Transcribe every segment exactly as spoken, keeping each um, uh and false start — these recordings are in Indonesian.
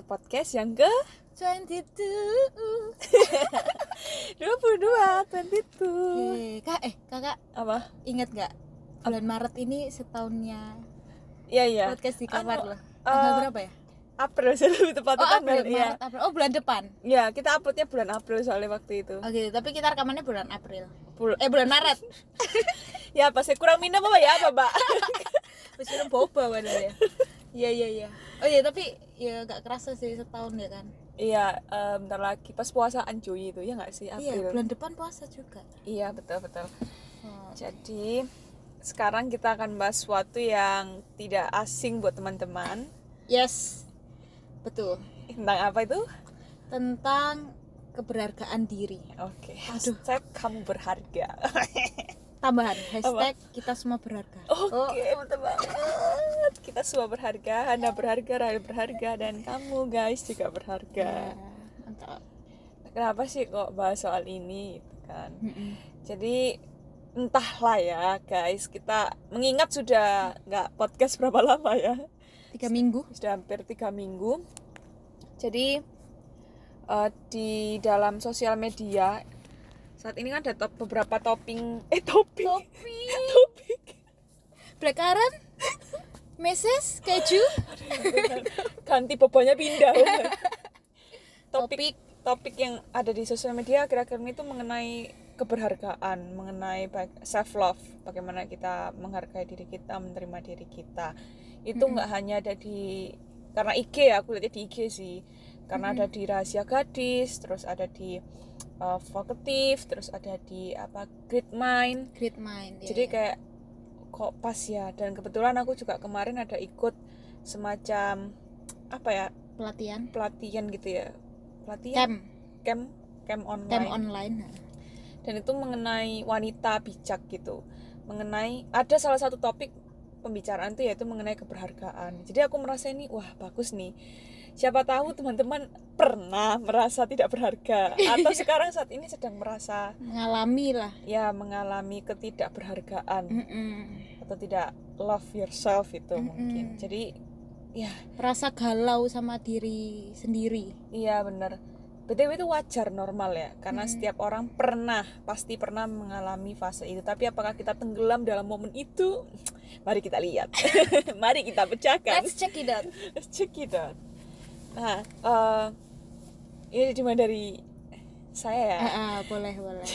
podcast yang ke dua puluh dua dua puluh dua, dua puluh dua. Eh, kak, eh kakak Apa? ingat gak bulan Maret ini setahunnya Iya iya. podcast di kamar Anu, loh. Tanggal uh, berapa ya? April sih lebih tepatnya Oh tanggal April, ya. Maret, April. Oh bulan depan. Ya, kita uploadnya bulan April soalnya waktu itu. Oke, tapi kita rekamannya bulan April. Bul- Eh bulan Maret. ya pasti kurang minum apa ya apa, Mbak? Terus minum boba padahal ya. Iya iya iya. Oh iya tapi ya gak kerasa sih setahun ya kan. Iya, um, bentar lagi pas puasaan cuy itu ya nggak sih April? Iya, bulan depan puasa juga. Iya, betul betul. Oh. Jadi sekarang kita akan bahas sesuatu yang tidak asing buat teman-teman. Yes. Betul. Tentang apa itu? Tentang keberhargaan diri. Oke, Aduh. hashtag kamu berharga. Tambahan hashtag kita semua berharga. Oke, betul banget. Kita semua berharga, Hana berharga, Rahel berharga, dan kamu guys juga berharga. Ya, mantap. Kenapa sih kok bahas soal ini gitu kan? Mm-mm. Jadi entahlah ya guys, kita mengingat sudah nggak podcast berapa lama ya? Tiga minggu. Sudah hampir tiga minggu. Jadi uh, di dalam sosial media saat ini kan ada top, beberapa topping eh topping Topik. topik Blackcurrant. Meses keju. ganti bobanya pindah. Topik. topik topik yang ada di sosial media akhir-akhir ini itu mengenai keberhargaan, mengenai self love, bagaimana kita menghargai diri kita, menerima diri kita. Itu nggak mm-hmm. hanya ada di karena I G ya, aku lihatnya di I G sih, karena mm-hmm. ada di Rahasia Gadis, terus ada di uh, Vokatif, terus ada di apa Great Mind. Great Mind. Jadi ya, kayak kok pas ya, dan kebetulan aku juga kemarin ada ikut semacam apa ya, pelatihan pelatihan gitu ya, pelatihan camp camp camp online. camp online. Dan itu mengenai wanita bijak gitu, mengenai ada salah satu topik pembicaraan itu yaitu mengenai keberhargaan. Jadi aku merasa ini wah bagus nih, siapa tahu teman-teman pernah merasa tidak berharga atau sekarang saat ini sedang merasa mengalami lah ya mengalami ketidakberhargaan. Mm-mm. Atau tidak love yourself itu Mm-mm. mungkin. Jadi ya rasa galau sama diri sendiri. iya benar. B T W itu wajar, normal ya, karena Hmm. setiap orang pernah, pasti pernah mengalami fase itu. Tapi apakah kita tenggelam dalam momen itu? Mari kita lihat. Mari kita pecahkan. Let's check it out. Let's check it out. Nah, uh, ini cuma dari saya ya. Ah, ah, boleh boleh.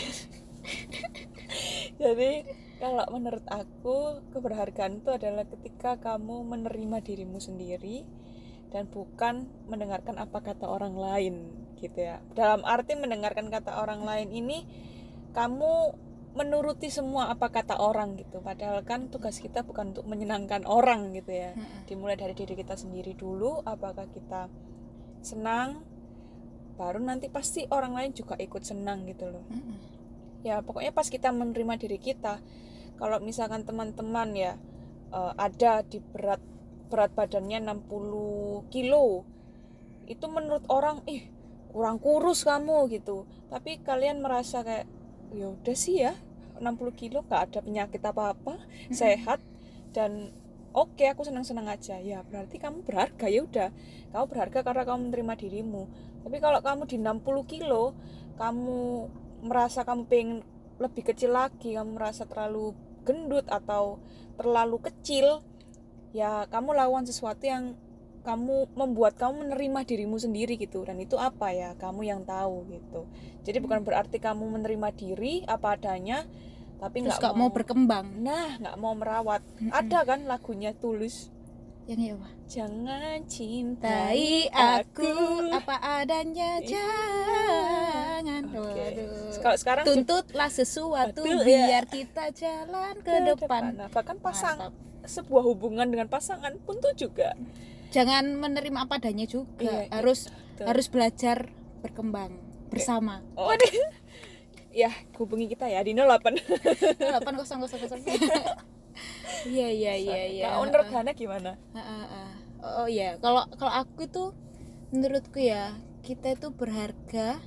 Jadi kalau menurut aku keberhargaan itu adalah ketika kamu menerima dirimu sendiri dan bukan mendengarkan apa kata orang lain gitu ya. Dalam arti mendengarkan kata orang lain ini kamu menuruti semua apa kata orang gitu. Padahal kan tugas kita bukan untuk menyenangkan orang gitu ya. Dimulai dari diri kita sendiri dulu, apakah kita senang, baru nanti pasti orang lain juga ikut senang gitu loh. Ya pokoknya pas kita menerima diri kita, kalau misalkan teman-teman ya uh, ada di berat berat badannya enam puluh kilo, itu menurut orang ih kurang kurus kamu gitu, tapi kalian merasa kayak ya udah sih ya enam puluh kilo gak ada penyakit apa-apa, mm-hmm. sehat dan oke okay, aku senang-senang aja, ya berarti kamu berharga. Ya udah, kamu berharga karena kamu menerima dirimu. Tapi kalau kamu di enam puluh kilo, kamu merasa kamu pengen lebih kecil lagi, kamu merasa terlalu gendut atau terlalu kecil, ya kamu lakukan sesuatu yang kamu membuat kamu menerima dirimu sendiri gitu. Dan itu apa ya, kamu yang tahu gitu. Jadi bukan berarti kamu menerima diri apa adanya tapi nggak mau, mau berkembang, nah nggak mau merawat. Mm-mm. Ada kan lagunya Tulus yang ya apa? Jangan cintai aku apa adanya, jangan. Okay. Waduh. Kalau sekarang tuntutlah sesuatu Betul, biar ya. kita jalan ke, ke depan. depan. Nah, bahkan pasang Mantap. Sebuah hubungan dengan pasangan pun tuh juga jangan menerima apa adanya juga. Iya, harus betul. Harus belajar berkembang bersama. Oh, ya hubungi kita ya di nol delapan nol delapan nol nol nol nol. Iya iya iya iya. Nah, menurut Hana gimana? Uh, uh, uh. Oh iya, kalau kalau aku tuh menurutku ya, kita itu berharga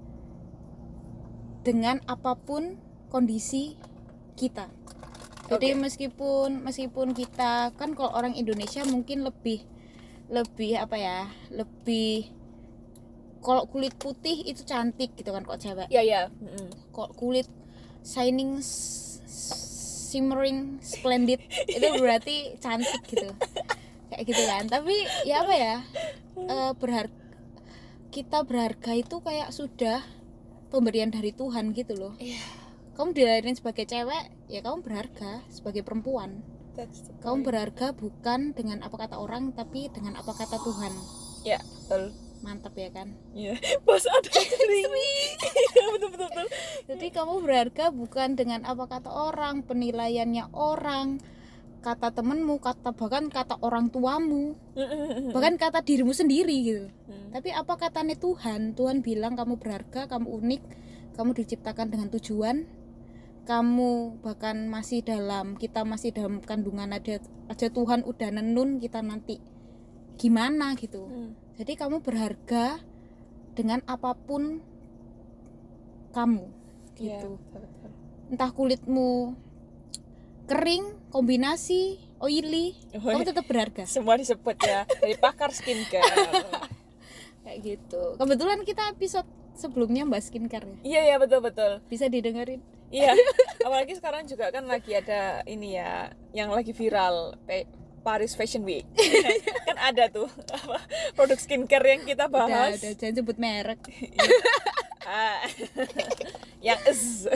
dengan apapun kondisi kita. Jadi okay. meskipun meskipun kita kan kalau orang Indonesia mungkin lebih lebih apa ya, lebih kalau kulit putih itu cantik gitu kan kok cewek. Iya ya. Mm-mm. Kalau kulit shining, shimmering, splendid itu berarti cantik gitu. Kayak gitu kan. Tapi ya apa ya? Uh, berharga, kita berharga itu kayak sudah pemberian dari Tuhan gitu loh. Iya. Kamu dilahirin sebagai cewek, ya kamu berharga sebagai perempuan. Kamu berharga bukan dengan apa kata orang, tapi dengan apa kata Tuhan. Ya, betul. Mantap ya kan? Iya. Bos ada sering. Iya, betul betul betul. Jadi kamu berharga bukan dengan apa kata orang, penilaiannya orang, kata temenmu, kata bahkan kata orang tuamu, bahkan kata dirimu sendiri gitu. Hmm. Tapi apa katanya Tuhan? Tuhan bilang kamu berharga, kamu unik, kamu diciptakan dengan tujuan. Kamu bahkan masih dalam, kita masih dalam kandungan aja, aja Tuhan udah nenun kita nanti gimana gitu. Hmm. Jadi kamu berharga dengan apapun kamu gitu. Ya, betul. Entah kulitmu kering, kombinasi, oily, oh, kamu tetap berharga. Semua disebut ya, dari pakar skincare. Kayak gitu. Kebetulan kita episode sebelumnya bahas skincare ya. Iya ya, betul betul. Bisa didengerin. Iya, apalagi sekarang juga kan lagi ada ini ya, yang lagi viral Paris Fashion Week. Kan ada tuh apa, produk skincare yang kita bahas. Udah, udah jangan sebut merek. ah, yang es.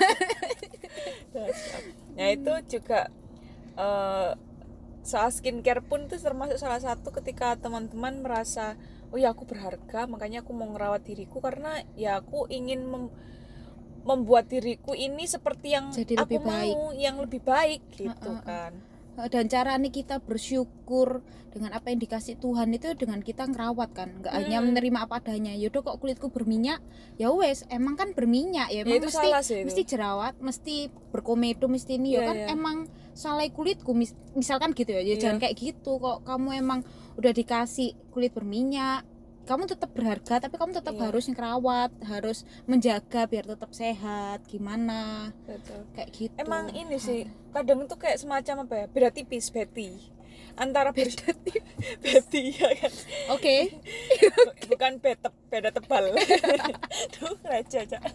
Nah itu juga uh, soal skincare pun itu termasuk salah satu ketika teman-teman merasa oh ya aku berharga, makanya aku mau ngerawat diriku karena ya aku ingin mem- membuat diriku ini seperti yang jadi aku lebih mau, baik. yang lebih baik gitu uh, uh, uh. kan. Dan cara nih kita bersyukur dengan apa yang dikasih Tuhan itu dengan kita ngerawat kan, nggak hmm. hanya menerima apa adanya. Yaudah kok kulitku berminyak, ya wes emang kan berminyak ya, emang ya, mesti sih, mesti jerawat, mesti berkomedo, mesti ini ya, ya kan ya. Emang salah kulitku mis- misalkan gitu ya, ya, ya jangan kayak gitu. Kok kamu emang udah dikasih kulit berminyak, kamu tetap berharga, tapi kamu tetap iya. harus ngerawat, harus menjaga biar tetap sehat, gimana. Betul. Kayak gitu. Emang ini sih, kadang tuh kayak semacam apa ya, beda tipis, Betty. Antara beda tipis, Betty ya kan. Oke. Okay. Bukan beda, beda tebal. Tuh, raja aja.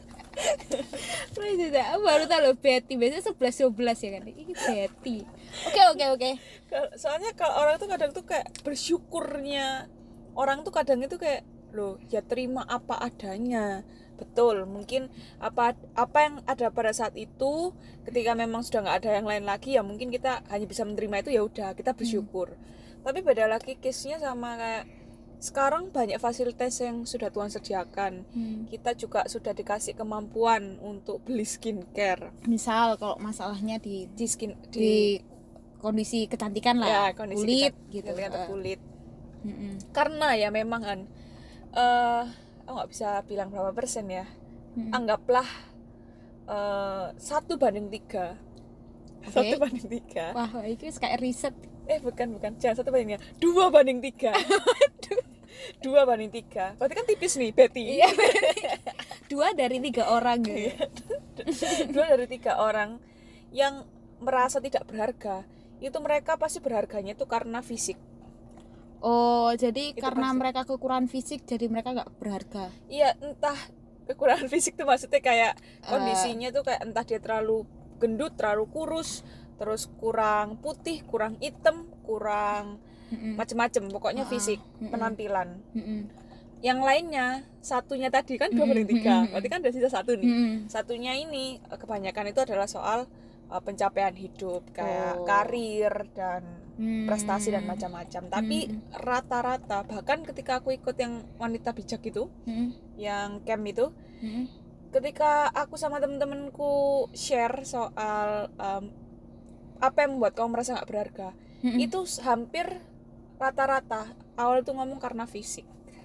Raja, baru tahu loh Betty, biasanya sebelas dua belas ya kan. Ini Betty. Oke, oke, oke. Soalnya kalau orang tuh kadang tuh kayak bersyukurnya orang tuh kadang itu kayak loh ya terima apa adanya. Betul, mungkin apa apa yang ada pada saat itu ketika memang sudah nggak ada yang lain lagi ya mungkin kita hanya bisa menerima itu, ya udah kita bersyukur. Hmm. Tapi beda lagi case-nya sama kayak sekarang banyak fasilitas yang sudah Tuhan sediakan. Hmm. Kita juga sudah dikasih kemampuan untuk beli skincare. Misal kalau masalahnya di di skin di, di kondisi kecantikan lah, ya, kondisi kulit kecat, gitu atau kulit. Mm-mm. Karena ya memang kan uh, aku nggak bisa bilang berapa persen ya. Mm-mm. Anggaplah uh, satu banding tiga. Okay. Satu banding tiga. Wah, itu kayak riset. Eh bukan bukan, jangan satu bandingnya, dua banding tiga. Dua banding tiga. Berarti kan tipis nih Betty. Iya. Dua dari tiga orang gitu. Dua dari tiga orang yang merasa tidak berharga, itu mereka pasti berharganya itu karena fisik. Oh, jadi itu pasti. Karena mereka kekurangan fisik, jadi mereka nggak berharga. Iya, entah kekurangan fisik tuh maksudnya kayak kondisinya uh, tuh kayak entah dia terlalu gendut, terlalu kurus, terus kurang putih, kurang hitam, kurang macem-macem. Pokoknya uh, fisik, uh, penampilan. Uh, uh. Yang lainnya, satunya tadi kan dua banding tiga, berarti kan ada sisa satu nih. Uh, Satunya ini kebanyakan itu adalah soal uh, pencapaian hidup, kayak oh. karir dan Hmm. prestasi dan macam-macam. Tapi hmm. rata-rata bahkan ketika aku ikut yang wanita bijak itu, hmm. yang camp itu, hmm. ketika aku sama temen-temenku share soal um, apa yang membuat kamu merasa nggak berharga, hmm. itu hampir rata-rata awal itu ngomong karena fisik.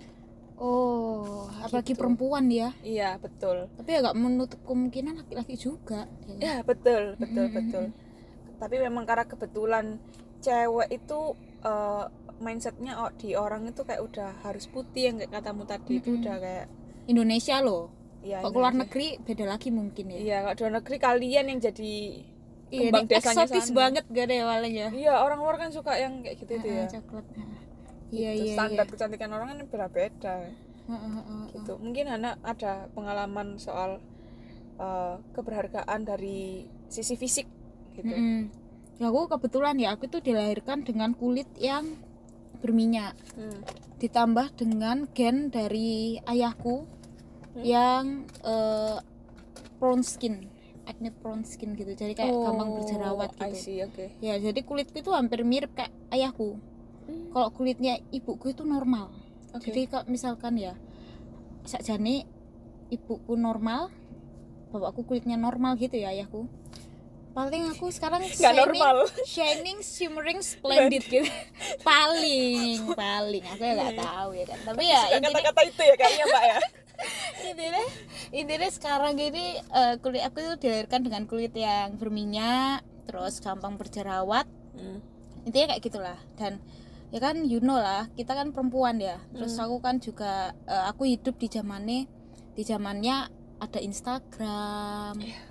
Oh, apalagi gitu. Perempuan ya? Iya betul. Tapi ya nggak menutup kemungkinan laki-laki juga. Ya betul betul hmm. betul. Tapi memang karena kebetulan cewek itu uh, mindsetnya di orang itu kayak udah harus putih yang kayak katamu tadi. Mm-hmm. Itu udah kayak Indonesia loh. Ya, kalau keluar negeri beda lagi mungkin ya. Iya, kalau di luar negeri kalian yang jadi kembang iya, desanya eksotis sana. Banget gak deh awalnya. Iya, orang luar kan suka yang kayak gitu itu ya. Coklat. Iya, gitu. iya, Standar iya. kecantikan orang kan berbeda Heeh, heeh, gitu. Mungkin Hana ada pengalaman soal uh, keberhargaan dari sisi fisik gitu. Mm-mm. Ya aku kebetulan ya aku tuh dilahirkan dengan kulit yang berminyak, hmm. ditambah dengan gen dari ayahku hmm. yang uh, prone skin, acne prone skin gitu, jadi kayak oh, gampang berjerawat gitu. I see, okay. Ya jadi kulitku itu hampir mirip kayak ayahku. hmm. Kalau kulitnya ibuku itu normal, okay. Jadi kalau misalkan ya sakjane ibuku normal, bapakku kulitnya normal gitu ya ayahku. Paling aku sekarang shining, normal. shining, shimmering, splendid gitu. paling, paling aku ya nggak tahu ya kan. Tapi ya intinya kata-kata itu ya kayaknya Mbak ya. intinya, intinya sekarang gini uh, kulit aku itu dilahirkan dengan kulit yang berminyak, terus gampang berjerawat. Hmm. Intinya kayak gitulah. Dan ya kan you know lah, kita kan perempuan ya. Terus hmm. aku kan juga uh, aku hidup di zamannya, di zamannya ada Instagram. Yeah.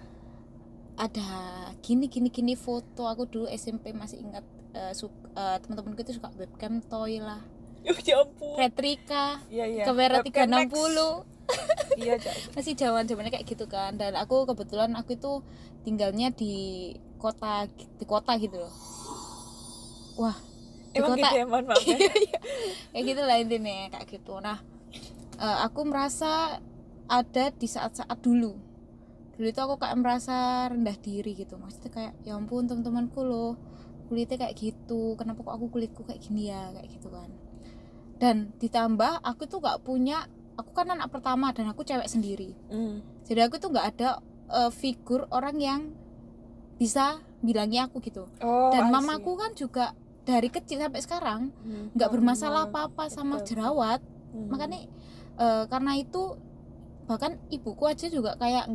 Ada gini gini gini foto. Aku dulu S M P masih ingat uh, uh, teman-temanku itu suka webcam toy lah. Oh, ya ampun. Retrika, iya, iya. kamera tiga enam nol. Iya, masih zaman-zamannya kayak gitu kan. Dan aku kebetulan aku itu tinggalnya di kota di kota gitu loh. Wah, di emang kota. Gitu ya, mohon maaf ya. Kayak gitu lah intinya kayak gitu. Nah, uh, aku merasa ada di saat-saat dulu. Dulu itu aku kayak merasa rendah diri gitu, maksudnya kayak ya ampun teman-temanku loh kulitnya kayak gitu, kenapa kok aku kulitku kayak gini ya, kayak gitu kan. Dan ditambah aku tuh gak punya, aku kan anak pertama dan aku cewek sendiri. mm. Jadi aku tuh gak ada uh, figur orang yang bisa bilangi aku gitu. oh, dan mamaku kan juga dari kecil sampai sekarang hmm. gak bermasalah apa-apa sama jerawat. hmm. Makanya uh, karena itu bahkan ibuku aja juga kayak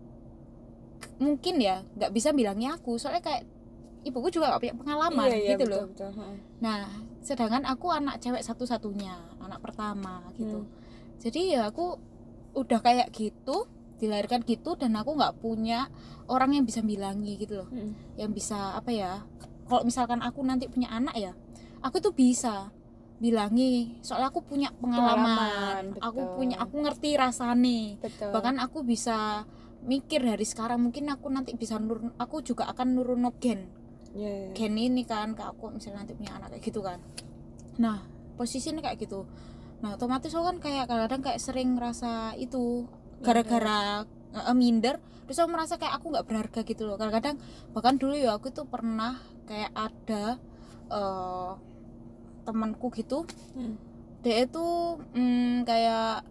mungkin ya nggak bisa bilangnya aku, soalnya kayak ibuku juga nggak punya pengalaman. iya, iya, gitu betul, loh betul. Nah sedangkan aku anak cewek satu-satunya, anak pertama gitu. hmm. Jadi ya aku udah kayak gitu, dilahirkan gitu, dan aku nggak punya orang yang bisa bilangi gitu loh. hmm. Yang bisa apa ya, kalau misalkan aku nanti punya anak ya, aku tuh bisa bilangi, soalnya aku punya pengalaman, pengalaman aku punya aku ngerti rasane. Betul. Bahkan aku bisa mikir dari sekarang, mungkin aku nanti bisa nurun, aku juga akan nurun gen yeah, yeah. gen ini kan ke aku misalnya nanti punya anak kayak gitu kan. Nah posisinya kayak gitu. Nah otomatis aku kan kayak kadang-kadang kayak sering ngerasa itu gara-gara uh, minder, terus aku merasa kayak aku nggak berharga gitu loh. Kadang-kadang bahkan dulu ya aku tuh pernah kayak ada uh, temanku gitu. hmm. Dia itu mm, kayak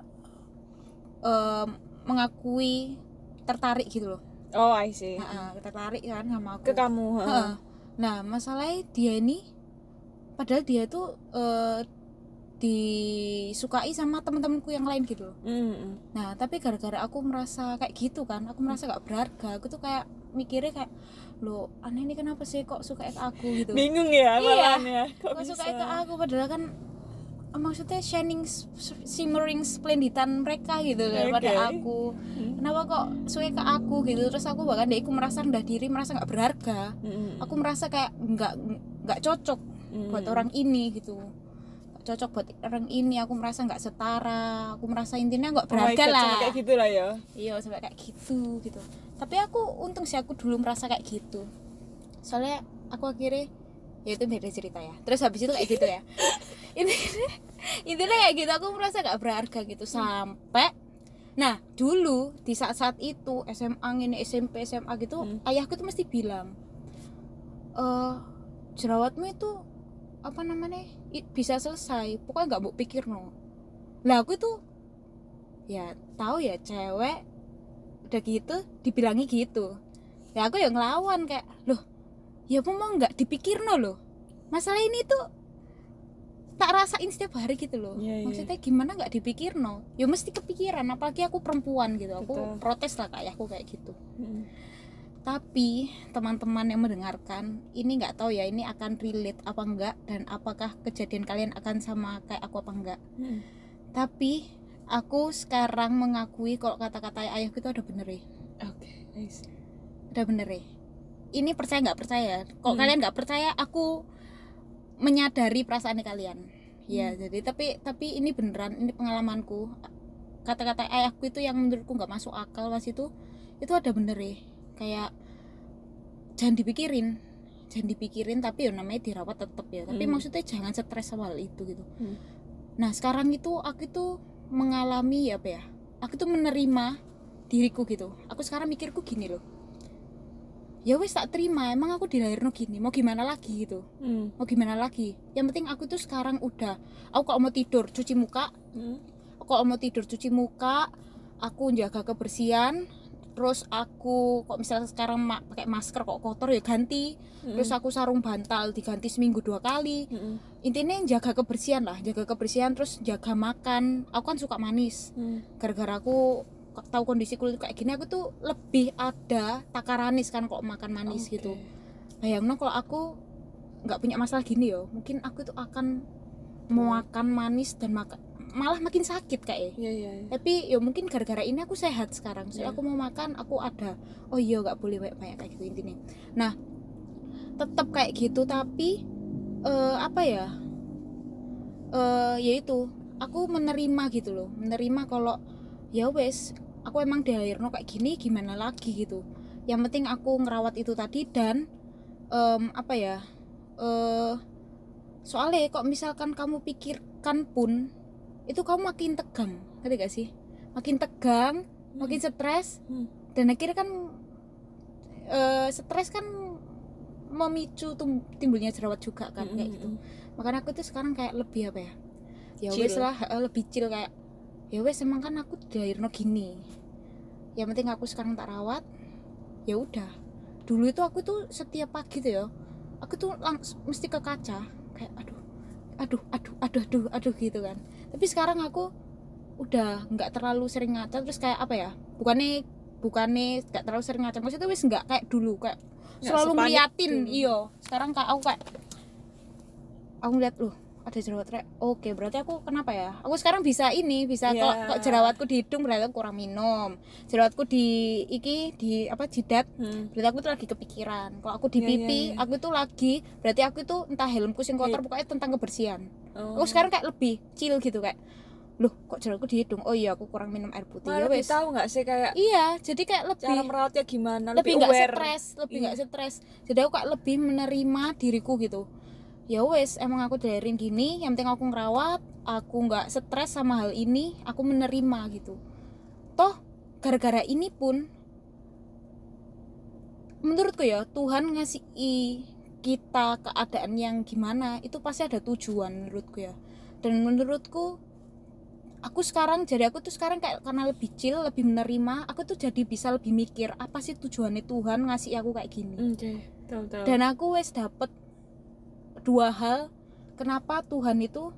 uh, mengakui tertarik gitu loh. Oh, I see. Nah, tertarik kan sama aku. Ke kamu. Heeh. Nah, masalahnya dia ini padahal dia tuh uh, disukai sama teman-temanku yang lain gitu loh. Mm-hmm. Nah, tapi gara-gara aku merasa kayak gitu kan, aku merasa gak berharga. Aku tuh kayak mikirnya kayak, loh, aneh ini kenapa sih kok suka ke aku gitu. Bingung ya iya, ya. Kok, kok suka ke aku padahal kan maksudnya shining, shimmering, splendidan mereka gitu daripada okay. aku. hmm. Kenapa kok suka ke aku gitu. Terus aku bahkan deh aku merasa rendah diri, merasa gak berharga. hmm. Aku merasa kayak gak, gak cocok hmm. buat orang ini gitu, gak cocok buat orang ini. Aku merasa gak setara, aku merasa intinya gak berharga. oh lah sampai kayak gitu lah ya. Iya sampai kayak gitu gitu. Tapi aku untung sih aku dulu merasa kayak gitu, soalnya aku akhirnya ya itu beda cerita ya. Terus habis itu kayak gitu ya. Intinya, intinya kayak gitu, aku merasa gak berharga gitu. Sampai nah dulu di saat-saat itu S M A ini, S M P, S M A gitu, hmm. ayahku tuh mesti bilang e, jerawatmu itu apa namanya bisa selesai, pokoknya gak mau pikir no. Lah aku tuh ya tahu ya cewek udah gitu dibilangi gitu ya, aku yang ngelawan kayak loh ya aku mau nggak dipikir no loh, masalah ini tuh tak rasain setiap hari gitu loh. yeah, maksudnya yeah. gimana nggak dipikir no, ya mesti kepikiran, apalagi aku perempuan gitu. Aku betul. Protes lah kayak aku kayak gitu. hmm. Tapi teman-teman yang mendengarkan ini nggak tahu ya ini akan relate apa enggak, dan apakah kejadian kalian akan sama kayak aku apa enggak. hmm. Tapi aku sekarang mengakui kalau kata-kata ayahku itu ada bener ya. Oke, okay, nice. Ada bener ya. Ini percaya nggak percaya? Kalau hmm. kalian nggak percaya, aku menyadari perasaan kalian. ya Hmm. jadi tapi tapi ini beneran, ini pengalamanku. Kata-kata ayahku itu yang menurutku nggak masuk akal pas itu itu ada bener ya, kayak jangan dipikirin jangan dipikirin tapi ya namanya dirawat tetap ya, tapi Hmm. maksudnya jangan stres sama hal itu gitu. Hmm. Nah sekarang itu aku tuh mengalami apa ya, aku tuh menerima diriku gitu. Aku sekarang mikirku gini loh, ya wes tak terima, emang aku dilahirno gini, mau gimana lagi gitu. Hmm. Mau gimana lagi, yang penting aku tuh sekarang udah, aku kalau mau tidur cuci muka, Hmm. kalau mau tidur cuci muka, aku jaga kebersihan. Terus aku kok misalnya sekarang ma- pakai masker kok kotor ya ganti. Hmm. Terus aku sarung bantal diganti seminggu dua kali. Hmm. Intinya jaga kebersihan lah, jaga kebersihan. Terus jaga makan, aku kan suka manis. Hmm. Gara-gara aku tahu kondisi kulit kayak gini, aku tuh lebih ada takaranis kan kok makan manis Oke. gitu. Bayangno kalau aku nggak punya masalah gini ya, mungkin aku tuh akan mau makan manis dan makan malah makin sakit kayak. Iya iya. iya. Tapi ya mungkin gara-gara ini aku sehat sekarang. So, Yeah. aku mau makan, aku ada. Oh iya, nggak boleh banyak-banyak kayak gitu intinya. Nah, tetap kayak gitu tapi eh, apa ya? Eh yaitu aku menerima gitu loh, menerima kalau ya wes, aku emang dilahirno kayak gini, gimana lagi gitu. Yang penting aku ngerawat itu tadi dan em, apa ya? Eh soalnya kok misalkan kamu pikirkan pun itu kamu makin tegang, ngerti gak sih? Makin tegang, makin stres, Hmm. dan akhirnya kan uh, stres kan memicu tum- timbulnya jerawat juga kan, Hmm. kayak gitu. Makanya aku tuh sekarang kayak lebih apa ya? Ya Chill. wes lah, uh, lebih chill kayak ya wes emang kan aku dilahirno gini. Yang penting aku sekarang tak rawat, ya udah. Dulu itu aku tuh setiap pagi tuh ya, aku tuh langsung mesti ke kaca kayak aduh aduh aduh aduh aduh aduh gitu kan. Tapi sekarang aku udah nggak terlalu sering ngaca, terus kayak apa ya, bukannya bukannya nggak terlalu sering ngaca, maksudnya wis nggak kayak dulu kayak Nggak selalu sepanik ngeliatin. dulu. Iyo sekarang kayak aku kayak aku ngeliat loh ada jerawat rek, oke berarti aku kenapa ya, aku sekarang bisa ini bisa Iya. kok kok jerawatku di hidung berarti aku kurang minum, jerawatku di iki di apa jidat Hmm. berarti aku tuh lagi kepikiran, kalau aku di Iya, pipi iya, iya. aku tuh lagi berarti aku tuh entah helmku sing kotor, Iya. pokoknya tentang kebersihan. Oh. Aku sekarang kayak lebih chill gitu kayak loh kok jerawatku di hidung, oh iya aku kurang minum air putih. Malah Ya lebih wes, tahu nggak sih kayak iya jadi kayak lebih cara merawatnya gimana, lebih lebih nggak aware. stres, lebih Iya. nggak stres. Jadi aku kayak lebih menerima diriku gitu. Ya wes, emang aku dilahirin gini, yang penting aku ngerawat, aku nggak stres sama hal ini, aku menerima gitu. Toh gara-gara ini pun menurutku ya Tuhan ngasih i- kita keadaan yang gimana itu pasti ada tujuan menurutku ya. Dan menurutku aku sekarang jadi aku tuh sekarang kayak karena lebih chill, lebih menerima, aku tuh jadi bisa lebih mikir apa sih tujuannya Tuhan ngasih aku kayak gini. Oke, tahu tahu. Dan aku wes dapet dua hal kenapa Tuhan itu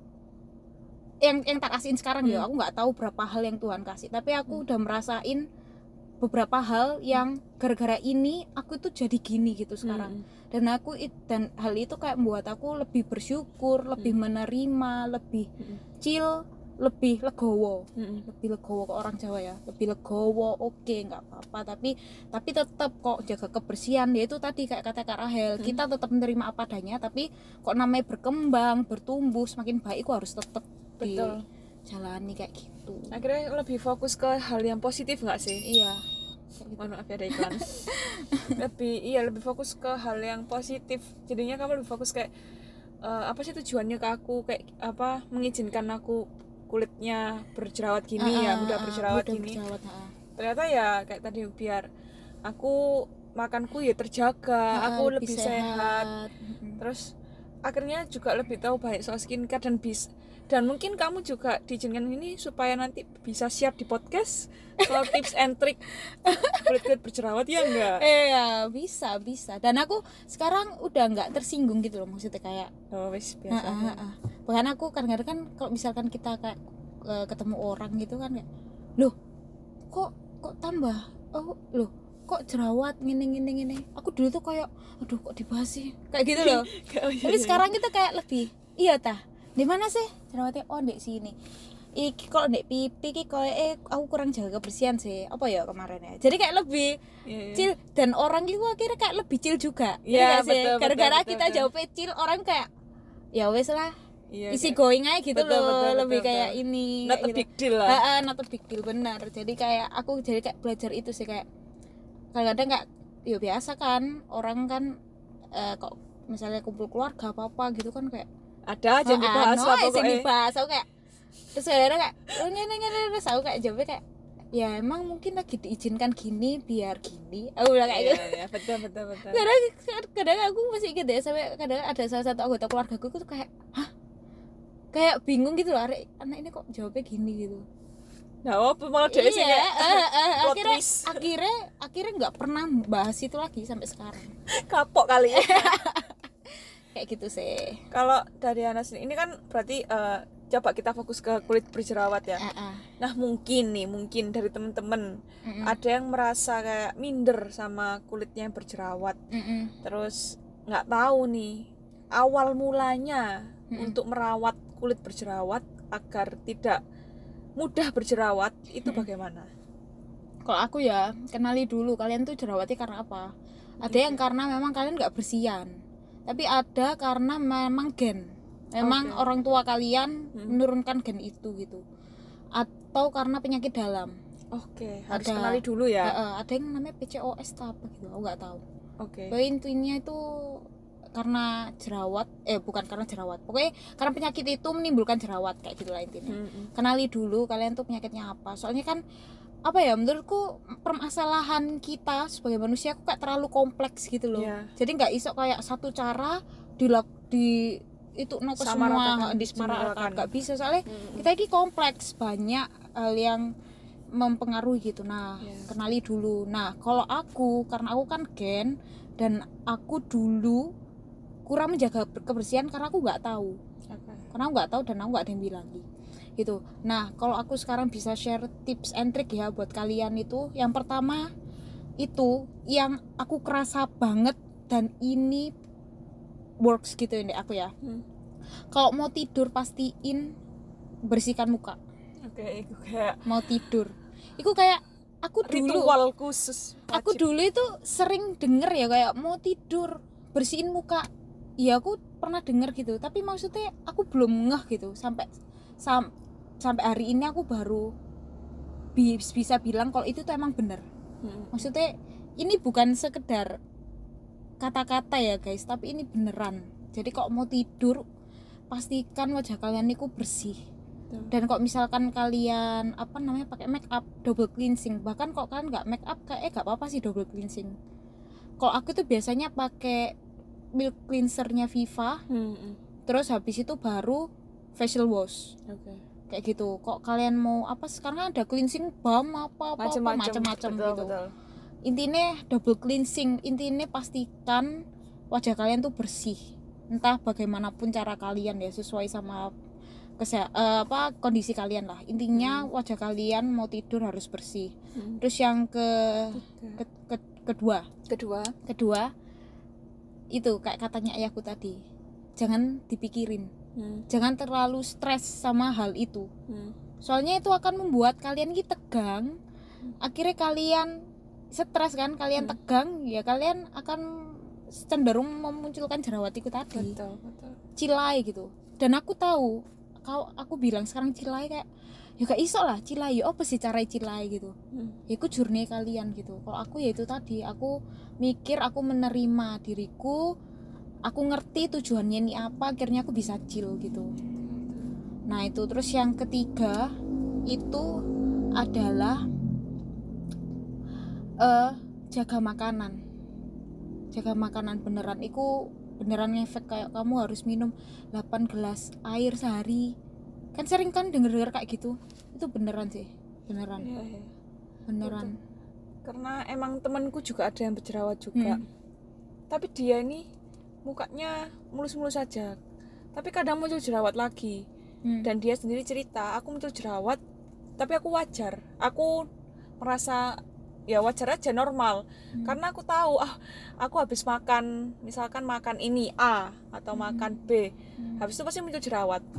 yang yang tak kasihin sekarang ya, Hmm. aku nggak tahu berapa hal yang Tuhan kasih, tapi aku udah merasain beberapa hal yang gara-gara ini aku tuh jadi gini gitu sekarang. Hmm. Dan aku it- dan hal itu kayak membuat aku lebih bersyukur, lebih menerima, lebih Hmm. chill, lebih legowo. Hmm. Lebih legowo ke orang Jawa ya, lebih legowo, oke nggak apa-apa, tapi tapi tetap kok jaga kebersihan. Ya itu tadi kayak kata Kak Rahel, Hmm. kita tetap menerima apa adanya, tapi kok namanya berkembang, bertumbuh semakin baik, kok harus tetap Betul. dijalani kayak gitu. Akhirnya lebih fokus ke hal yang positif nggak sih? Iya kayak gitu. Mohon maaf ya ada iklan. lebih iya lebih fokus ke hal yang positif. Jadinya kamu lebih fokus kayak eh, apa sih tujuannya ke aku, kayak apa mengizinkan aku kulitnya berjerawat gini ya, Ah, mudah ah, berjerawat mudah gini. berjerawat, ah. Ternyata ya kayak tadi biar aku makanku ya terjaga, Ah, aku lebih, sehat. Mm-mm. Terus akhirnya juga lebih tahu banyak soal skincare dan bis dan mungkin kamu juga diizinkan ini supaya nanti bisa share di podcast soal tips and trick kulit-kulit berjerawat ya enggak? Iya bisa bisa, dan aku sekarang udah nggak tersinggung gitu loh, maksudnya kayak Oh wis biasa. ah, ah, ah. Bahkan aku kadang-kadang kan kalau misalkan kita kayak eh, ketemu orang gitu kan kayak loh kok kok tambah, oh loh kok jerawat gini gini gini, aku dulu tuh kayak aduh kok dibahas sih kayak gitu loh. Oh, iya, Tapi iya. sekarang kita kayak lebih iya tah di mana sih jerawatnya, oh di sini iki kalau di pipi ki kayak eh aku kurang jaga kebersihan sih apa ya kemarin ya, jadi kayak lebih Iya, iya. chill, dan orang itu akhirnya kayak lebih chill juga. Iya, Ngerti gak sih? betul, Gara-gara betul, kita betul. jawabnya chill, orang kayak ya wes lah, Iya, isi kayak- going aja gitu betul, loh, betul, lebih betul, kayak betul. ini Not kayak a gitu. big deal lah. Heeh, not a big deal, benar. Jadi kayak aku jadi kayak belajar itu sih, kayak kadang-kadang kayak ya biasa kan orang kan eh, kok misalnya kumpul keluarga apa-apa gitu kan kayak Ada aja yang dibahas no, lah yang pokoknya. dibahas. Aku kayak terus kadang kayak oh ngene ngene terus aku kayak jawabnya kayak ya emang mungkin lagi diizinkan gini biar gini. Aku bilang kayak Iya, gitu. iya, betul betul betul. Kadang kadang aku masih inget ya, sampai kadang ada salah satu anggota keluarga gue tuh kayak hah, kayak bingung gitu loh, "Arek, anak ini kok jawabnya gini gitu." Nah, apa malah dia sih Iya, kayak eh, eh, plot akhirnya twist. akhirnya akhirnya nggak pernah bahas itu lagi sampai sekarang. kapok kali ya. Kayak gitu sih. Kalau dari Anas ini kan berarti eh, coba kita fokus ke kulit berjerawat ya. Eh, eh. Nah, mungkin nih, mungkin dari temen-temen Mm-mm. ada yang merasa kayak minder sama kulitnya yang berjerawat. Mm-mm. Terus nggak tahu nih awal mulanya Mm-mm. untuk merawat kulit berjerawat agar tidak mudah berjerawat itu Mm-mm. bagaimana? Kalau aku ya, kenali dulu kalian tuh jerawatnya karena apa. Ada yang karena memang kalian nggak bersihan, tapi ada karena memang gen, memang Oke. orang tua kalian Hmm. menurunkan gen itu gitu, atau karena penyakit dalam. Oke, harus Ada. kenali dulu ya. Eh, eh, ada yang namanya P C O S atau apa gitu, aku nggak tahu. Oke. Pokoknya intinya itu karena jerawat, eh bukan karena jerawat, pokoknya karena penyakit itu menimbulkan jerawat kayak gitulah intinya. Mm-mm. Kenali dulu kalian tuh penyakitnya apa, soalnya kan apa ya, menurutku permasalahan kita sebagai manusia kok kayak terlalu kompleks gitu loh. Iya. Jadi nggak iso kayak satu cara dilak di itu no ke Samaratakan, semua disamaratakan, disimbolkan. nggak bisa, soalnya Mm-mm. kita ini kompleks, banyak hal yang mempengaruhi gitu. Nah, Iya. kenali dulu. Nah, kalau aku karena aku kan gen dan aku dulu kurang menjaga kebersihan karena aku nggak tahu. Oke. Karena aku nggak tahu dan aku nggak ada yang bilang gitu. Nah, kalau aku sekarang bisa share tips and trick ya buat kalian itu, yang pertama itu yang aku kerasa banget dan ini works gitu ini aku ya. Hmm. Kalau mau tidur pastiin bersihkan muka. Oke, itu kayak Mau tidur. Itu kayak aku dulu ritual khusus. aku wajib. dulu itu sering denger ya kayak mau tidur bersihin muka. Iya, aku pernah denger gitu, tapi maksudnya aku belum ngeh gitu sampai sam, sampai hari ini aku baru bi- bisa bilang kalau itu tuh emang bener. Hmm. Maksudnya ini bukan sekedar kata-kata ya guys, tapi ini beneran. Jadi kalau mau tidur pastikan wajah kalian itu bersih. Betul. Dan kok misalkan kalian apa namanya pakai make up double cleansing, bahkan kok kalian nggak make up kayak eh nggak apa-apa sih double cleansing. Kalau aku tuh biasanya pakai milk cleansernya Viva, Hmm, hmm. terus habis itu baru facial wash Oke. kayak gitu. Kok kalian mau apa, sekarang ada cleansing balm apa apa Macam-macam, macam-macam betul, gitu. betul. Intinya double cleansing, intinya pastikan wajah kalian tuh bersih. Entah bagaimanapun cara kalian ya, sesuai sama kese- eh, apa kondisi kalian lah. Intinya wajah kalian mau tidur harus bersih. Hmm. Terus yang ke, ke, ke- kedua, Kedua, kedua itu kayak katanya ayahku tadi, jangan dipikirin, hmm. jangan terlalu stres sama hal itu. Hmm. Soalnya itu akan membuat kalian ini tegang. Akhirnya kalian stres kan, kalian Hmm. tegang, ya kalian akan cenderung memunculkan jerawat itu tadi, betul, betul. cilai gitu. Dan aku tahu, kalau aku bilang sekarang cilai kayak ya gak iso lah cilai, ya apa sih cara cilai gitu. Hmm. Ya itu journey kalian gitu. Kalau aku ya itu tadi, aku mikir, aku menerima diriku, aku ngerti tujuannya ini apa, akhirnya aku bisa chill gitu. Nah itu, terus yang ketiga itu adalah eh jaga makanan. Jaga makanan beneran, itu beneran ngefek kayak kamu harus minum delapan gelas air sehari. Kan sering kan denger-denger kayak gitu. Itu beneran sih, beneran, Iya, iya. beneran. Karena emang temanku juga ada yang berjerawat juga. Hmm. Tapi dia ini mukanya mulus-mulus saja. Tapi kadang muncul jerawat lagi. Hmm. Dan dia sendiri cerita, aku muncul jerawat, tapi aku wajar. Aku merasa ya wajar aja, normal. Hmm. Karena aku tahu, ah, aku habis makan, misalkan makan ini A atau Hmm. makan B, Hmm. habis itu pasti muncul jerawat.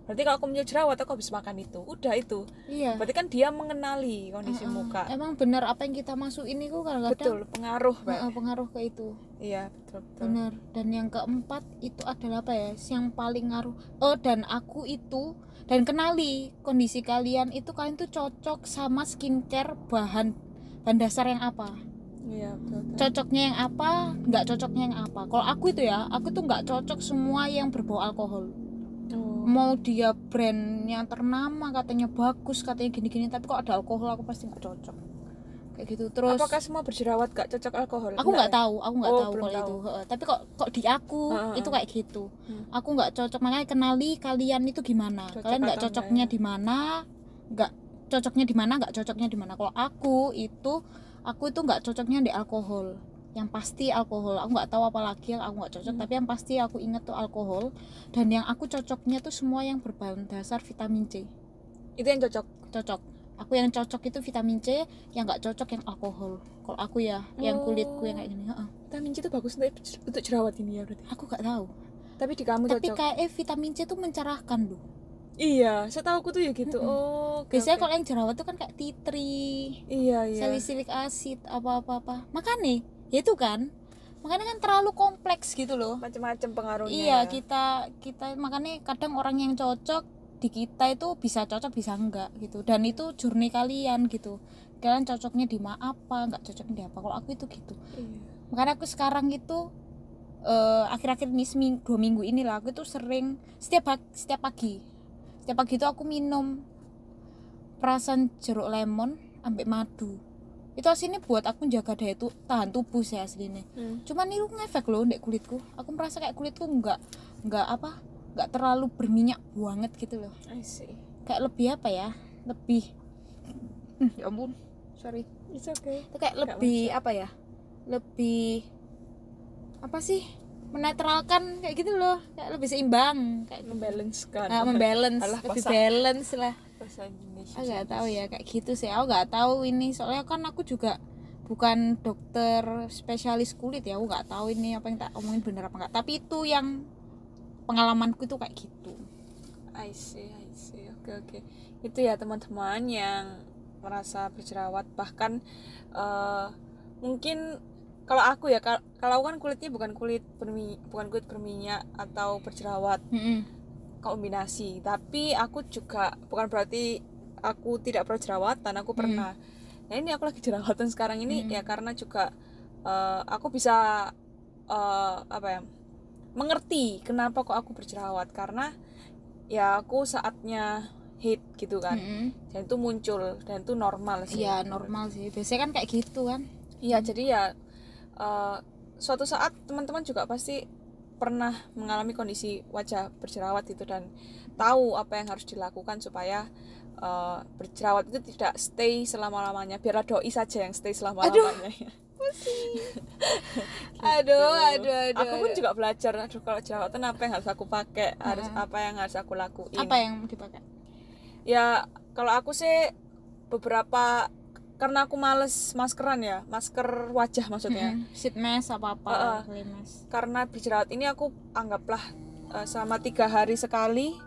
Berarti kalau aku punya jerawat aku habis makan itu, udah itu. Iya. Berarti kan dia mengenali kondisi uh-uh. muka. Emang benar apa yang kita masukin itu kadang-kadang betul pengaruh, uh, pengaruh ke itu. Iya, betul betul. Benar. Dan yang keempat itu adalah apa ya? Yang paling ngaruh. Oh, dan aku itu dan kenali kondisi kalian itu, kalian tuh cocok sama skincare bahan bahan dasar yang apa. Iya, betul, betul. Cocoknya yang apa, nggak cocoknya yang apa. Kalau aku itu ya, aku tuh nggak cocok semua yang berbau alkohol. Oh. Mau dia brandnya ternama, katanya bagus, katanya gini-gini, tapi kok ada alkohol aku pasti nggak cocok. Kayak gitu. Terus apakah semua berjerawat gak cocok alkohol? Aku nggak tahu, aku nggak oh, tahu kalau tahu. itu. Tapi kok kok di aku uh, uh, itu kayak gitu. Hmm. Aku nggak cocok, makanya kenali kalian itu gimana. Cocok kalian nggak cocoknya di mana, nggak cocoknya di mana, nggak cocoknya di mana. Kalau aku itu, aku itu nggak cocoknya di alkohol. Yang pasti alkohol. Aku nggak tahu apa lagi yang aku nggak cocok. Hmm. Tapi yang pasti aku inget tuh alkohol. Dan yang aku cocoknya tuh semua yang berbahan dasar vitamin C. Itu yang cocok. Cocok. Aku yang cocok itu vitamin C, yang nggak cocok yang alkohol. Kalau aku ya, oh. yang kulitku yang kayak gini. Uh-uh. Vitamin C itu bagus untuk untuk jerawat ini ya berarti. Aku nggak tahu. Tapi di kamu Tapi cocok. kayak eh, vitamin C tuh mencerahkan loh. Iya, setahu aku tuh ya gitu. Mm-hmm. Oh. Okay, biasanya okay. kalau yang jerawat tuh kan kayak tea tree. Iya iya. Salicylic acid apa-apa apa. Makanya, ya itu kan. Makanya kan terlalu kompleks gitu loh. Macam-macam pengaruhnya. Iya, kita kita makanya kadang orang yang cocok di kita itu bisa cocok bisa enggak gitu, dan itu journey kalian gitu, kalian cocoknya di mana apa, enggak cocoknya di apa. Kalau aku itu gitu. Iya. Makanya aku sekarang itu uh, akhir-akhir ini seminggu, dua minggu inilah aku tuh sering setiap setiap pagi setiap pagi itu aku minum perasan jeruk lemon ambek madu. Itu aslinya buat aku jaga daya tuh tahan tubuh sih aslinya. Hmm. Cuman itu ngefek loh ndek kulitku. Aku merasa kayak kulitku enggak enggak apa nggak terlalu berminyak banget gitu loh. I see. Kayak lebih apa ya, lebih hmm, ya ampun sorry it's okay. Itu kayak lebih apa ya, lebih apa sih, menetralkan kayak gitu loh, kayak lebih seimbang, kayak membalance kan. Nah, membalance Alah, lebih pasang. balance lah. Aku nggak tahu ya kayak gitu sih. Aku nggak tahu ini soalnya kan aku juga bukan dokter spesialis kulit ya. Aku nggak tahu ini apa yang tak omongin bener apa enggak. Tapi itu yang pengalamanku itu kayak gitu. I see, I see. Oke, oke. Itu ya teman-teman yang merasa berjerawat, bahkan uh, mungkin kalau aku ya, kalau kan kulitnya bukan kulit berminyak, bukan kulit berminyak atau berjerawat. Mm-hmm. Kombinasi. Tapi aku juga bukan berarti aku tidak berjerawatan, aku pernah. Mm-hmm. Nah, ini aku lagi jerawatan sekarang ini mm-hmm. ya karena juga uh, aku bisa uh, apa ya? mengerti kenapa kok aku berjerawat, karena ya aku saatnya haid gitu kan. Mm-hmm. Dan itu muncul dan itu normal sih. Iya normal sih, biasanya kan kayak gitu kan. Iya, jadi ya uh, suatu saat teman-teman juga pasti pernah mengalami kondisi wajah berjerawat itu dan tahu apa yang harus dilakukan supaya uh, berjerawat itu tidak stay selama-lamanya. Biarlah doi saja yang stay selama-lamanya. Aduh. gitu. aduh, aduh, aduh. Aku pun juga belajar. Aduh, kalau jerawatan apa yang harus aku pakai, harus uh-huh. apa yang harus aku lakuin. Apa yang dipakai? Ya, kalau aku sih beberapa, karena aku males maskeran ya, masker wajah maksudnya. Mm-hmm. Sheet mask apa-apa. Uh, karena berjerawat ini aku anggaplah uh, selama tiga hari sekali,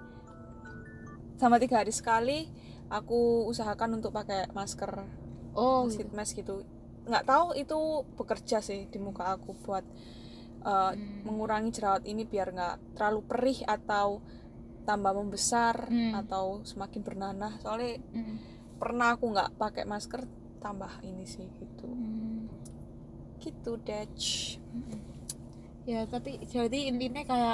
selama tiga hari sekali aku usahakan untuk pakai masker. Oh, sheet mask gitu. Nggak tahu itu bekerja sih di muka aku buat uh, hmm. mengurangi jerawat ini biar nggak terlalu perih atau tambah membesar hmm. atau semakin bernanah. Soalnya hmm. pernah aku nggak pakai masker tambah ini sih gitu. Hmm. Gitu deh. Hmm. Ya tapi jadi intinya kayak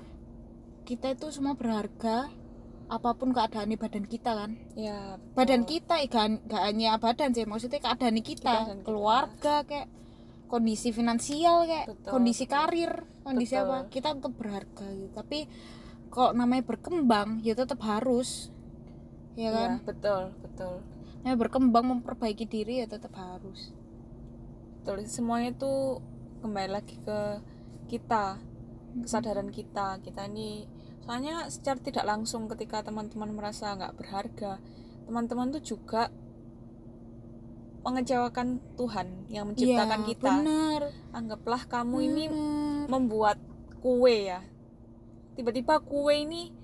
kita itu semua berharga. Apapun keadaan badan kita kan ya, badan kita gak, gak hanya badan sih, maksudnya keadaan kita, keadaan keluarga kita. Kayak kondisi finansial, kayak betul, kondisi betul. Karir, kondisi betul. Apa kita tetap berharga gitu. Tapi kalau namanya berkembang ya tetap harus ya kan ya, betul betul namanya berkembang memperbaiki diri ya tetap harus betul. Semuanya tuh kembali lagi ke kita, kesadaran kita kita ini. Soalnya secara tidak langsung ketika teman-teman merasa nggak berharga, teman-teman tuh juga mengecewakan Tuhan yang menciptakan ya, kita. Benar. Anggaplah kamu benar. Ini membuat kue ya, tiba-tiba kue ini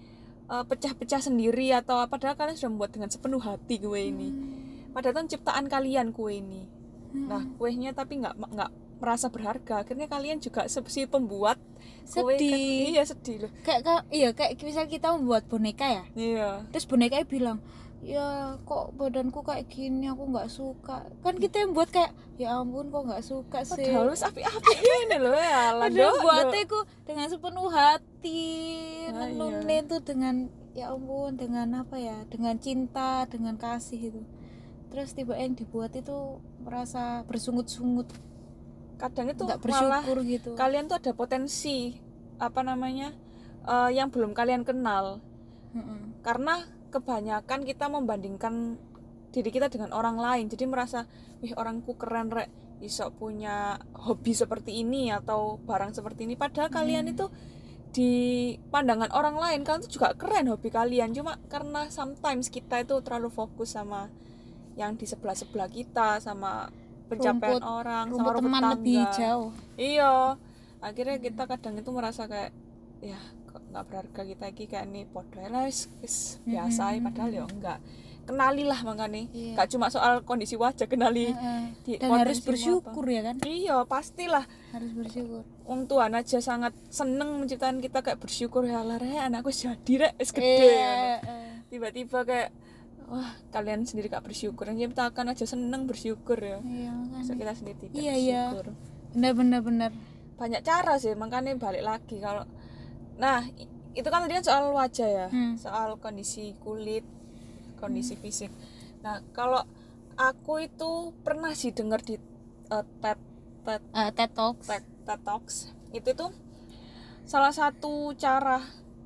uh, pecah-pecah sendiri atau apa, padahal kalian sudah membuat dengan sepenuh hati kue ini. Hmm. Padahal kan ciptaan kalian kue ini. Hmm. Nah, kuenya tapi nggak nggak merasa berharga. Akhirnya kalian juga si pembuat kue sedih. Kan, iya sedih loh. Kayak iya kayak misal kita membuat boneka ya. Iya. Terus bonekanya bilang, ya kok badanku kayak gini, aku nggak suka. Kan kita yang buat kayak, ya ampun kok nggak suka sih. Padahal harus api-api ini loh ya. Padahal buatnya aku dengan sepenuh hati, nah, nenunin iya. tuh dengan, ya ampun, dengan apa ya, dengan cinta, dengan kasih itu. Terus tiba yang dibuat itu merasa bersungut-sungut. Kadang itu nggak bersyukur malah gitu. Kalian tuh ada potensi apa namanya uh, yang belum kalian kenal. Mm-mm. Karena kebanyakan kita membandingkan diri kita dengan orang lain, jadi merasa wih orangku keren rek iso punya hobi seperti ini atau barang seperti ini, padahal hmm. kalian itu di pandangan orang lain kalian itu juga keren hobi kalian, cuma karena sometimes kita itu terlalu fokus sama yang di sebelah-sebelah kita, sama pencapaian rumput, orang, rumput sama rumput teman tangga lebih jauh. Iya, akhirnya kita kadang itu merasa kayak ya nggak berharga, kita iki kayak nih podo lah wis biasa mm-hmm. padahal ya enggak. Kenalilah makanya yeah. Gak cuma soal kondisi wajah, kenali uh-uh. di dan harus bersyukur apa. Ya kan? Iya pastilah harus bersyukur. Wong Tuhan aja sangat seneng menciptakan kita kayak bersyukur, ya lah rek anakku jadi rek wis gede yeah. uh. Tiba-tiba kayak wah kalian sendiri gak bersyukur, yang ciptakan aja seneng bersyukur ya yeah, kan. So, kita sendiri tidak yeah, bersyukur yeah. benar-benar benar banyak cara sih, makanya balik lagi kalau nah itu kan tadi kan soal wajah ya, hmm. soal kondisi kulit, kondisi hmm. fisik. Nah kalau aku itu pernah sih dengar di uh, TED TED uh, TED Talks TED, TED Talks itu tuh salah satu cara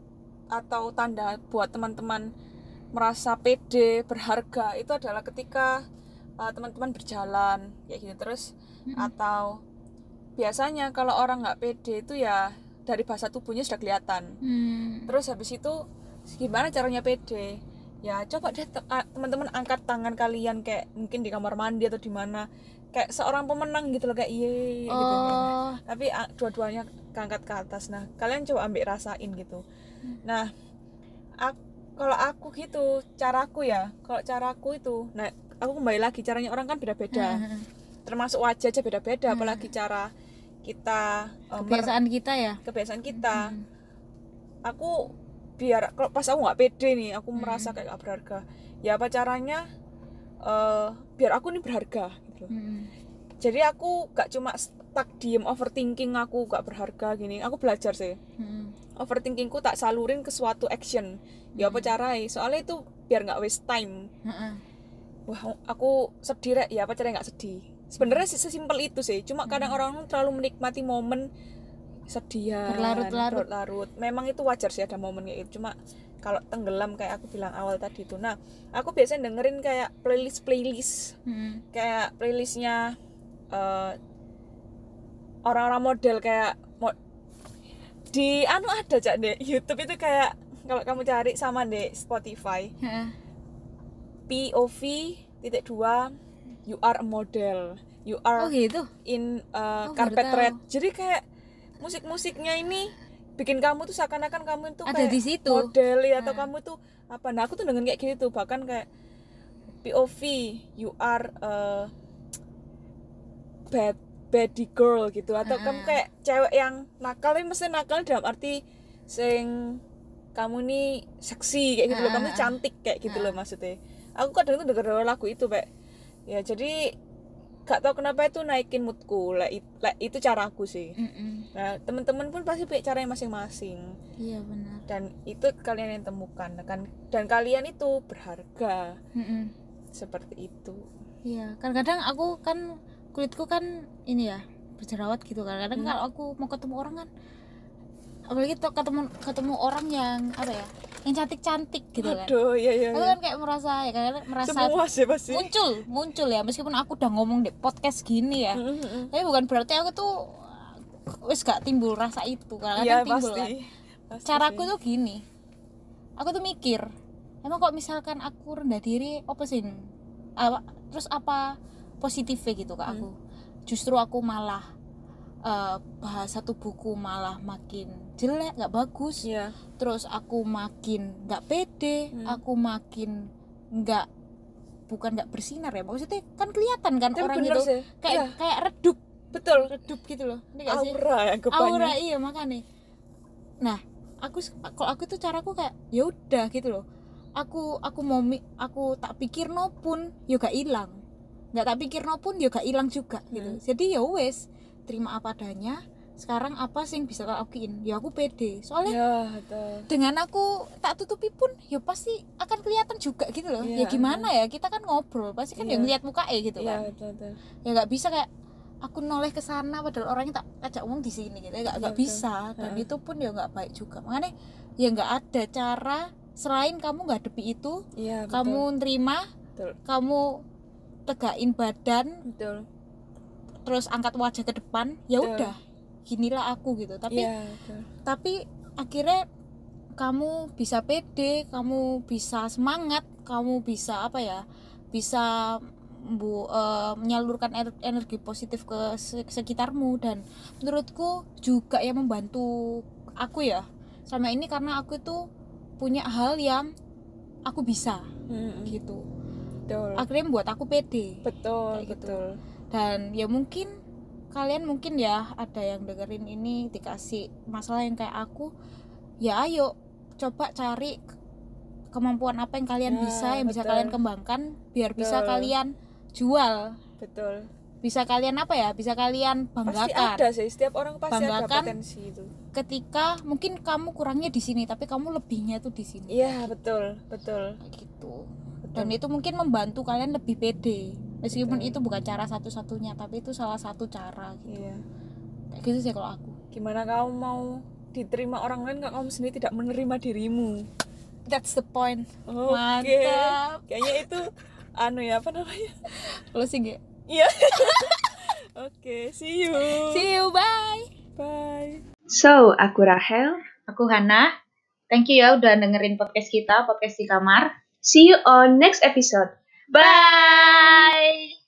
atau tanda buat teman-teman merasa pede, berharga itu adalah ketika uh, teman-teman berjalan kayak gitu terus hmm. atau biasanya kalau orang nggak pede itu ya dari bahasa tubuhnya sudah kelihatan. Hmm. Terus habis itu gimana caranya pede? Ya coba deh te- teman-teman angkat tangan kalian kayak mungkin di kamar mandi atau di mana, kayak seorang pemenang gitu loh, kayak iye oh. gitu. Tapi a- dua-duanya angkat ke atas. Nah kalian coba ambil rasain gitu. Hmm. Nah aku, kalau aku gitu caraku ya, kalau caraku itu, nah aku kembali lagi caranya orang kan beda-beda. Hmm. Termasuk wajah aja beda-beda, hmm. apalagi cara kita kebiasaan mer- kita ya kebiasaan kita hmm. aku biar kalau pas aku nggak pede nih, aku hmm. merasa kayak gak berharga, ya apa caranya uh, biar aku nih berharga gitu. hmm. Jadi aku gak cuma stuck diem overthinking aku gak berharga gini, aku belajar sih hmm. overthinkingku tak salurin ke suatu action. Ya apa hmm. caranya, soalnya itu biar nggak waste time. hmm. Wah aku sedih rek, ya apa caranya nggak sedih. Sebenarnya sih sesimpel itu sih, cuma kadang hmm. orang terlalu menikmati momen sedihan, berlarut-larut. larut Memang itu wajar sih ada momen kayak gitu, cuma kalau tenggelam kayak aku bilang awal tadi itu. Nah, aku biasanya dengerin kayak playlist-playlist, hmm. kayak playlistnya uh, orang-orang model kayak mo- di anu ada cak deh YouTube itu, kayak kalau kamu cari sama deh Spotify, hmm. P O V titik dua you are a model, you are oh, gitu? in uh, oh, carpet red. Jadi kayak musik-musiknya ini bikin kamu tuh seakan-akan kamu itu ada kayak di situ. model ya, atau nah. kamu tuh apa. Nah aku tuh dengan kayak gitu tuh, bahkan kayak P O V you are a bad baddie girl gitu, atau uh-huh. kamu kayak cewek yang nakal, tapi mesti nakal dalam arti sing kamu nih seksi kayak gitu uh-huh. loh, kamu cantik kayak gitu uh-huh. loh maksudnya. Aku kadang tuh denger lagu itu kayak ya, jadi gak tau kenapa itu naikin moodku, like, like, itu caraku sih. Mm-mm. Nah teman-teman pun pasti punya caranya masing-masing. Iya benar. Dan itu kalian yang temukan kan, dan kalian itu berharga. Mm-mm. Seperti itu. Iya, kadang-kadang aku kan kulitku kan ini ya berjerawat gitu kan. Kadang hmm. kalau aku mau ketemu orang kan, apalagi tuh ketemu ketemu orang yang apa ya, yang cantik-cantik gitu kan. Aduh, iya iya. Aku kan kayak merasa ya kan merasa semua sih pasti muncul, muncul ya, meskipun aku udah ngomong di podcast gini ya. Mm-hmm. Tapi bukan berarti aku tuh wis gak timbul rasa itu, karena ya, kan timbul pasti. kan. Pasti Caraku sih. tuh gini. Aku tuh mikir, emang kok misalkan aku rendah diri apa sih? Apa, terus apa positifnya gitu ke aku? Hmm. Justru aku malah uh, bahas satu buku malah makin jelek, nggak bagus. yeah. Terus aku makin nggak pede, hmm. aku makin nggak, bukan nggak bersinar ya, maksudnya kan kelihatan kan itu orang itu sih. kayak yeah. kayak redup, betul, redup gitu loh. Ini aura ya kebanyakan. Aura iya makanya. Nah aku kalau aku tuh caraku kayak ya udah gitu loh. Aku aku mau aku tak pikir no pun ya gak hilang, nggak tak pikir no pun ya gak hilang juga gitu. hmm. Jadi ya wes terima apa adanya. Sekarang apa sih yang bisa tak lakuin, ya aku pede soalnya ya, betul. Dengan aku tak tutupi pun ya pasti akan kelihatan juga gitu loh. ya, ya gimana ya, kita kan ngobrol pasti kan ya, ya ngeliat muka ya gitu kan. ya, betul, betul. Ya nggak bisa kayak aku noleh ke sana padahal orangnya tak ajak ngomong di sini gitu, nggak nggak ya, bisa. Dan ya. Itu pun ya nggak baik juga, makanya ya nggak ada cara selain kamu nggak hadapi itu. ya, kamu nerima, betul. Kamu tegain badan, betul. Terus angkat wajah ke depan, ya udah ginilah aku gitu. Tapi ya, tapi akhirnya kamu bisa pede, kamu bisa semangat, kamu bisa apa ya, bisa bu, uh, menyalurkan energi positif ke sekitarmu. Dan menurutku juga yang membantu aku ya sama ini karena aku tuh punya hal yang aku bisa, hmm. gitu. Betul. Akhirnya membuat aku pede. Betul, kayak betul. Gitu. Dan ya mungkin kalian mungkin ya ada yang dengerin ini dikasih masalah yang kayak aku, ya ayo coba cari kemampuan apa yang kalian ya, bisa, yang betul. Bisa kalian kembangkan biar betul. Bisa kalian jual. Betul. Bisa kalian apa ya? Bisa kalian banggakan. Pasti ada sih, setiap orang pasti banggakan ada potensi itu. Ketika mungkin kamu kurangnya di sini tapi kamu lebihnya tuh di sini. Iya, betul, betul. Kayak gitu. Betul. Dan itu mungkin membantu kalian lebih pede. Meskipun betul. Itu bukan cara satu-satunya, tapi itu salah satu cara gitu. Iya. Kayak gitu sih kalau aku. Gimana kamu mau diterima orang lain kalau kamu sendiri tidak menerima dirimu? That's the point. Oh, mantap. Okay. Kayaknya itu anu ya, apa namanya? Closing ya? Iya. Oke, okay, see you. See you, bye. Bye. So, aku Rahel, aku Hana. Thank you ya udah dengerin podcast kita, podcast di kamar. See you on next episode. Bye.